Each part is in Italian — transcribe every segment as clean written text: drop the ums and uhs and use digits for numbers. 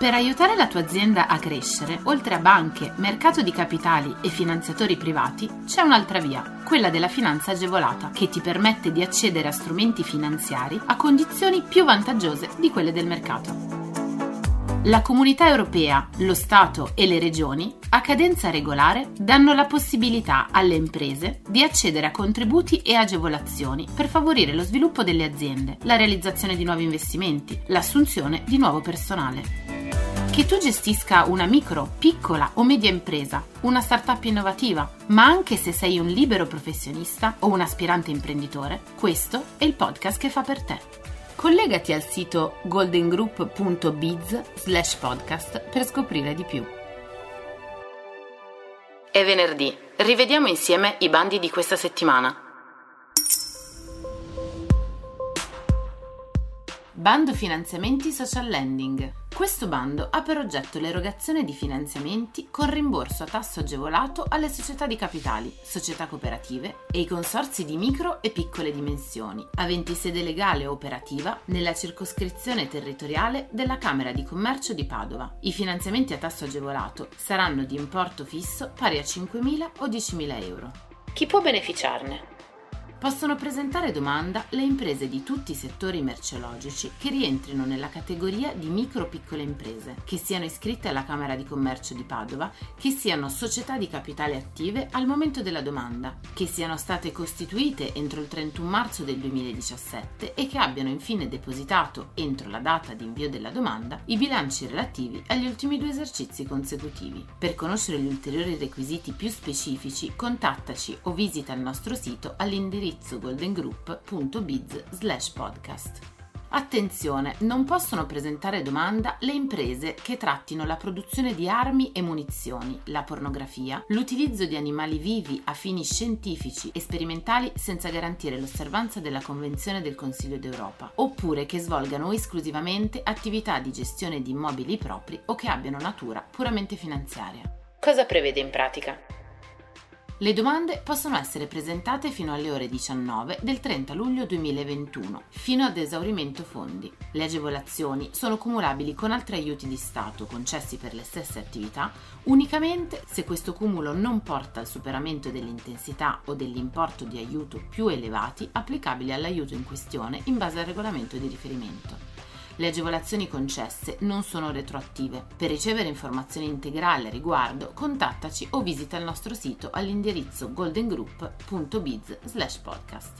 Per aiutare la tua azienda a crescere, oltre a banche, mercato di capitali e finanziatori privati, c'è un'altra via, quella della finanza agevolata, che ti permette di accedere a strumenti finanziari a condizioni più vantaggiose di quelle del mercato. La Comunità Europea, lo Stato e le Regioni, a cadenza regolare, danno la possibilità alle imprese di accedere a contributi e agevolazioni per favorire lo sviluppo delle aziende, la realizzazione di nuovi investimenti, l'assunzione di nuovo personale. Che tu gestisca una micro, piccola o media impresa, una startup innovativa, ma anche se sei un libero professionista o un aspirante imprenditore, questo è il podcast che fa per te. Collegati al sito goldengroup.biz/podcast per scoprire di più. È venerdì, rivediamo insieme i bandi di questa settimana. Bando finanziamenti social lending. Questo bando ha per oggetto l'erogazione di finanziamenti con rimborso a tasso agevolato alle società di capitali, società cooperative e i consorzi di micro e piccole dimensioni, aventi sede legale o operativa nella circoscrizione territoriale della Camera di Commercio di Padova. I finanziamenti a tasso agevolato saranno di importo fisso pari a 5.000 o 10.000 euro. Chi può beneficiarne? Possono presentare domanda le imprese di tutti i settori merceologici che rientrino nella categoria di micro-piccole imprese, che siano iscritte alla Camera di Commercio di Padova, che siano società di capitale attive al momento della domanda, che siano state costituite entro il 31 marzo del 2017 e che abbiano infine depositato, entro la data di invio della domanda, i bilanci relativi agli ultimi 2 esercizi consecutivi. Per conoscere gli ulteriori requisiti più specifici, contattaci o visita il nostro sito all'indirizzo goldengroup.biz/podcast. Attenzione, non possono presentare domanda le imprese che trattino la produzione di armi e munizioni, la pornografia, l'utilizzo di animali vivi a fini scientifici e sperimentali senza garantire l'osservanza della Convenzione del Consiglio d'Europa, oppure che svolgano esclusivamente attività di gestione di immobili propri o che abbiano natura puramente finanziaria. Cosa prevede in pratica? Le domande possono essere presentate fino alle ore 19 del 30 luglio 2021, fino ad esaurimento fondi. Le agevolazioni sono cumulabili con altri aiuti di Stato concessi per le stesse attività unicamente se questo cumulo non porta al superamento dell'intensità o dell'importo di aiuto più elevati applicabili all'aiuto in questione in base al regolamento di riferimento. Le agevolazioni concesse non sono retroattive. Per ricevere informazioni integrali a riguardo, contattaci o visita il nostro sito all'indirizzo goldengroup.biz/podcast.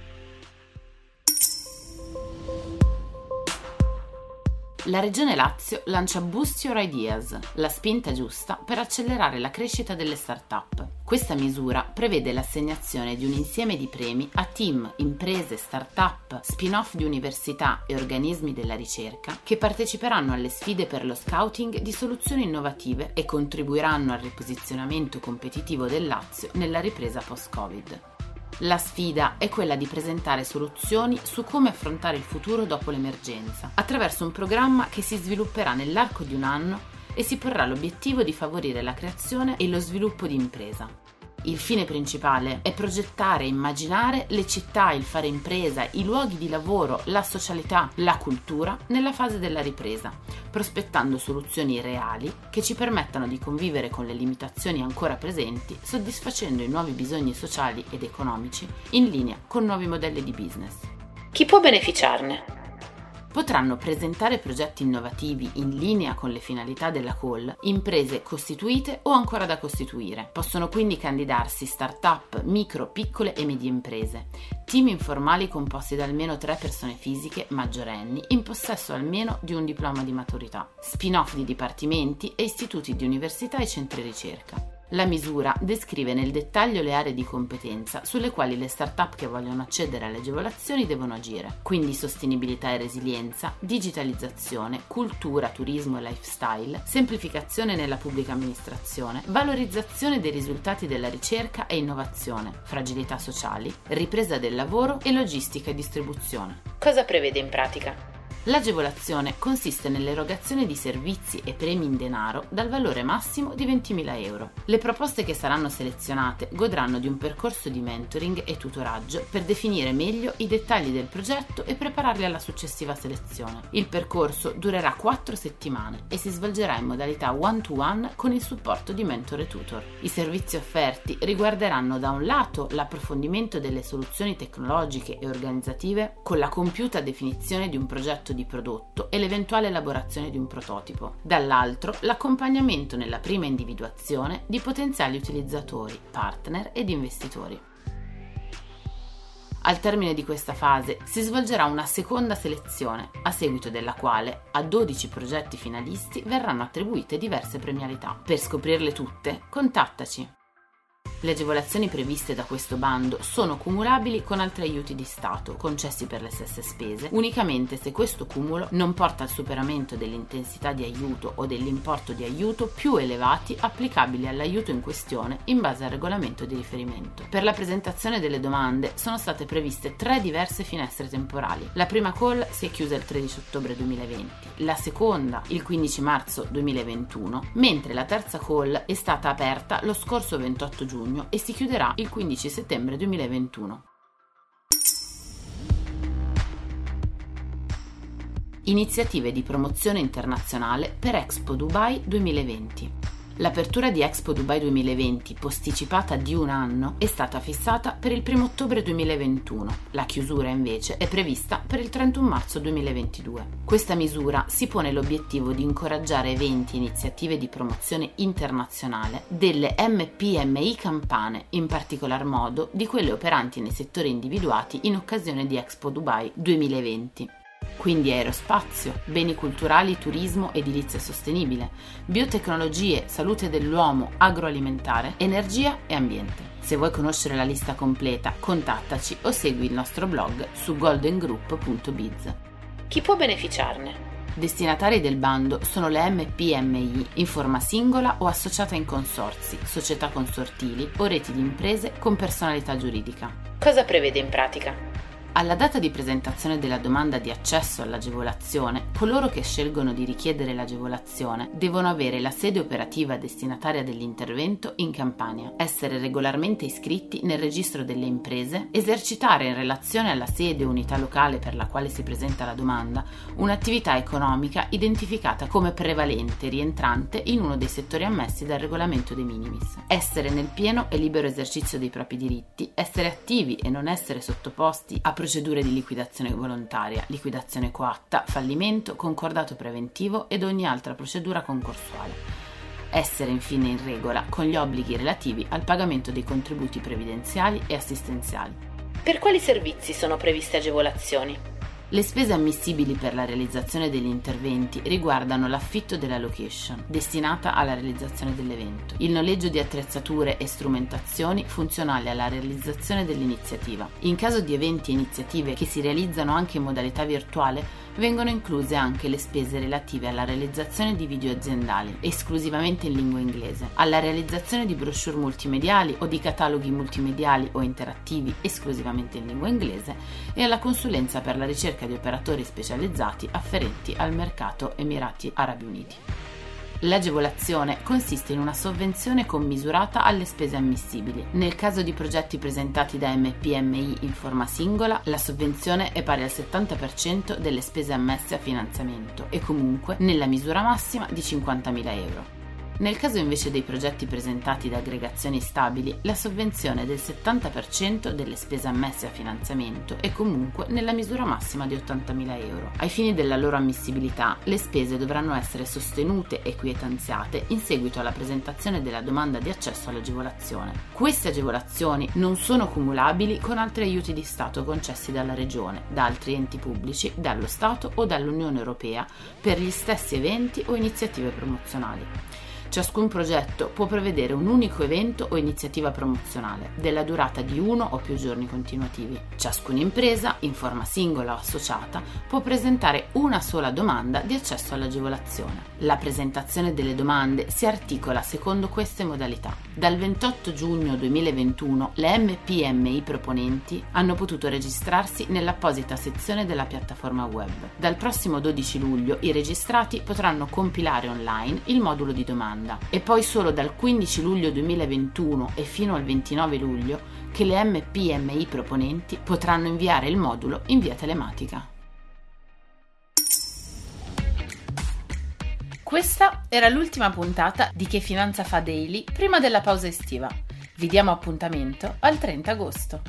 La Regione Lazio lancia Boost Your Ideas, la spinta giusta per accelerare la crescita delle start-up. Questa misura prevede l'assegnazione di un insieme di premi a team, imprese, start-up, spin-off di università e organismi della ricerca che parteciperanno alle sfide per lo scouting di soluzioni innovative e contribuiranno al riposizionamento competitivo del Lazio nella ripresa post-Covid. La sfida è quella di presentare soluzioni su come affrontare il futuro dopo l'emergenza, attraverso un programma che si svilupperà nell'arco di un anno e si porrà l'obiettivo di favorire la creazione e lo sviluppo di impresa. Il fine principale è progettare e immaginare le città, il fare impresa, i luoghi di lavoro, la socialità, la cultura nella fase della ripresa, prospettando soluzioni reali che ci permettano di convivere con le limitazioni ancora presenti, soddisfacendo i nuovi bisogni sociali ed economici in linea con nuovi modelli di business. Chi può beneficiarne? Potranno presentare progetti innovativi in linea con le finalità della call imprese costituite o ancora da costituire. Possono quindi candidarsi start-up, micro, piccole e medie imprese, team informali composti da almeno 3 persone fisiche maggiorenni in possesso almeno di un diploma di maturità, spin-off di dipartimenti e istituti di università e centri ricerca. La misura descrive nel dettaglio le aree di competenza sulle quali le start-up che vogliono accedere alle agevolazioni devono agire, quindi sostenibilità e resilienza, digitalizzazione, cultura, turismo e lifestyle, semplificazione nella pubblica amministrazione, valorizzazione dei risultati della ricerca e innovazione, fragilità sociali, ripresa del lavoro e logistica e distribuzione. Cosa prevede in pratica? L'agevolazione consiste nell'erogazione di servizi e premi in denaro dal valore massimo di 20.000 euro. Le proposte che saranno selezionate godranno di un percorso di mentoring e tutoraggio per definire meglio i dettagli del progetto e prepararli alla successiva selezione. Il percorso durerà 4 settimane e si svolgerà in modalità one-to-one con il supporto di mentor e tutor. I servizi offerti riguarderanno da un lato l'approfondimento delle soluzioni tecnologiche e organizzative con la compiuta definizione di un progetto di prodotto e l'eventuale elaborazione di un prototipo, dall'altro l'accompagnamento nella prima individuazione di potenziali utilizzatori, partner ed investitori. Al termine di questa fase si svolgerà una seconda selezione, a seguito della quale a 12 progetti finalisti verranno attribuite diverse premialità. Per scoprirle tutte, contattaci. Le agevolazioni previste da questo bando sono cumulabili con altri aiuti di Stato concessi per le stesse spese, unicamente se questo cumulo non porta al superamento dell'intensità di aiuto o dell'importo di aiuto più elevati applicabili all'aiuto in questione in base al regolamento di riferimento. Per la presentazione delle domande sono state previste 3 diverse finestre temporali. La prima call si è chiusa il 13 ottobre 2020, la seconda il 15 marzo 2021, mentre la terza call è stata aperta lo scorso 28 giugno e si chiuderà il 15 settembre 2021. Iniziative di promozione internazionale per Expo Dubai 2020. L'apertura di Expo Dubai 2020, posticipata di un anno, è stata fissata per il 1 ottobre 2021. La chiusura invece è prevista per il 31 marzo 2022. Questa misura si pone l'obiettivo di incoraggiare eventi e iniziative di promozione internazionale delle MPMI campane, in particolar modo di quelle operanti nei settori individuati in occasione di Expo Dubai 2020. Quindi aerospazio, beni culturali, turismo, edilizia sostenibile, biotecnologie, salute dell'uomo, agroalimentare, energia e ambiente. Se vuoi conoscere la lista completa, contattaci o segui il nostro blog su goldengroup.biz. Chi può beneficiarne? Destinatari del bando sono le MPMI in forma singola o associata in consorzi, società consortili o reti di imprese con personalità giuridica. Cosa prevede in pratica? Alla data di presentazione della domanda di accesso all'agevolazione, coloro che scelgono di richiedere l'agevolazione devono avere la sede operativa destinataria dell'intervento in Campania, essere regolarmente iscritti nel registro delle imprese, esercitare in relazione alla sede o unità locale per la quale si presenta la domanda un'attività economica identificata come prevalente rientrante in uno dei settori ammessi dal regolamento de minimis, essere nel pieno e libero esercizio dei propri diritti, essere attivi e non essere sottoposti a procedure di liquidazione volontaria, liquidazione coatta, fallimento, concordato preventivo ed ogni altra procedura concorsuale. Essere infine in regola con gli obblighi relativi al pagamento dei contributi previdenziali e assistenziali. Per quali servizi sono previste agevolazioni? Le spese ammissibili per la realizzazione degli interventi riguardano l'affitto della location, destinata alla realizzazione dell'evento, il noleggio di attrezzature e strumentazioni funzionali alla realizzazione dell'iniziativa. In caso di eventi e iniziative che si realizzano anche in modalità virtuale, vengono incluse anche le spese relative alla realizzazione di video aziendali, esclusivamente in lingua inglese, alla realizzazione di brochure multimediali o di cataloghi multimediali o interattivi, esclusivamente in lingua inglese, e alla consulenza per la ricerca di operatori specializzati afferenti al mercato Emirati Arabi Uniti. L'agevolazione consiste in una sovvenzione commisurata alle spese ammissibili. Nel caso di progetti presentati da MPMI in forma singola, la sovvenzione è pari al 70% delle spese ammesse a finanziamento e comunque nella misura massima di 50.000 euro. Nel caso invece dei progetti presentati da aggregazioni stabili, la sovvenzione è del 70% delle spese ammesse a finanziamento e comunque nella misura massima di 80.000 euro. Ai fini della loro ammissibilità, le spese dovranno essere sostenute e quietanziate in seguito alla presentazione della domanda di accesso all'agevolazione. Queste agevolazioni non sono cumulabili con altri aiuti di Stato concessi dalla Regione, da altri enti pubblici, dallo Stato o dall'Unione Europea per gli stessi eventi o iniziative promozionali. Ciascun progetto può prevedere un unico evento o iniziativa promozionale, della durata di 1 o più giorni continuativi. Ciascuna impresa, in forma singola o associata, può presentare una sola domanda di accesso all'agevolazione. La presentazione delle domande si articola secondo queste modalità. Dal 28 giugno 2021 le MPMI proponenti hanno potuto registrarsi nell'apposita sezione della piattaforma web. Dal prossimo 12 luglio i registrati potranno compilare online il modulo di domanda e poi solo dal 15 luglio 2021 e fino al 29 luglio che le MPMI proponenti potranno inviare il modulo in via telematica. Questa era l'ultima puntata di Che Finanza fa Daily prima della pausa estiva. Vi diamo appuntamento al 30 agosto.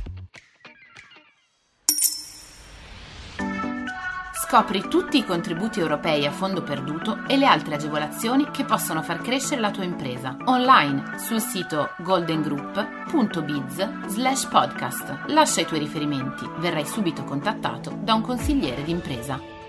Scopri tutti i contributi europei a fondo perduto e le altre agevolazioni che possono far crescere la tua impresa online sul sito goldengroup.biz/podcast. Lascia i tuoi riferimenti, verrai subito contattato da un consigliere d'impresa.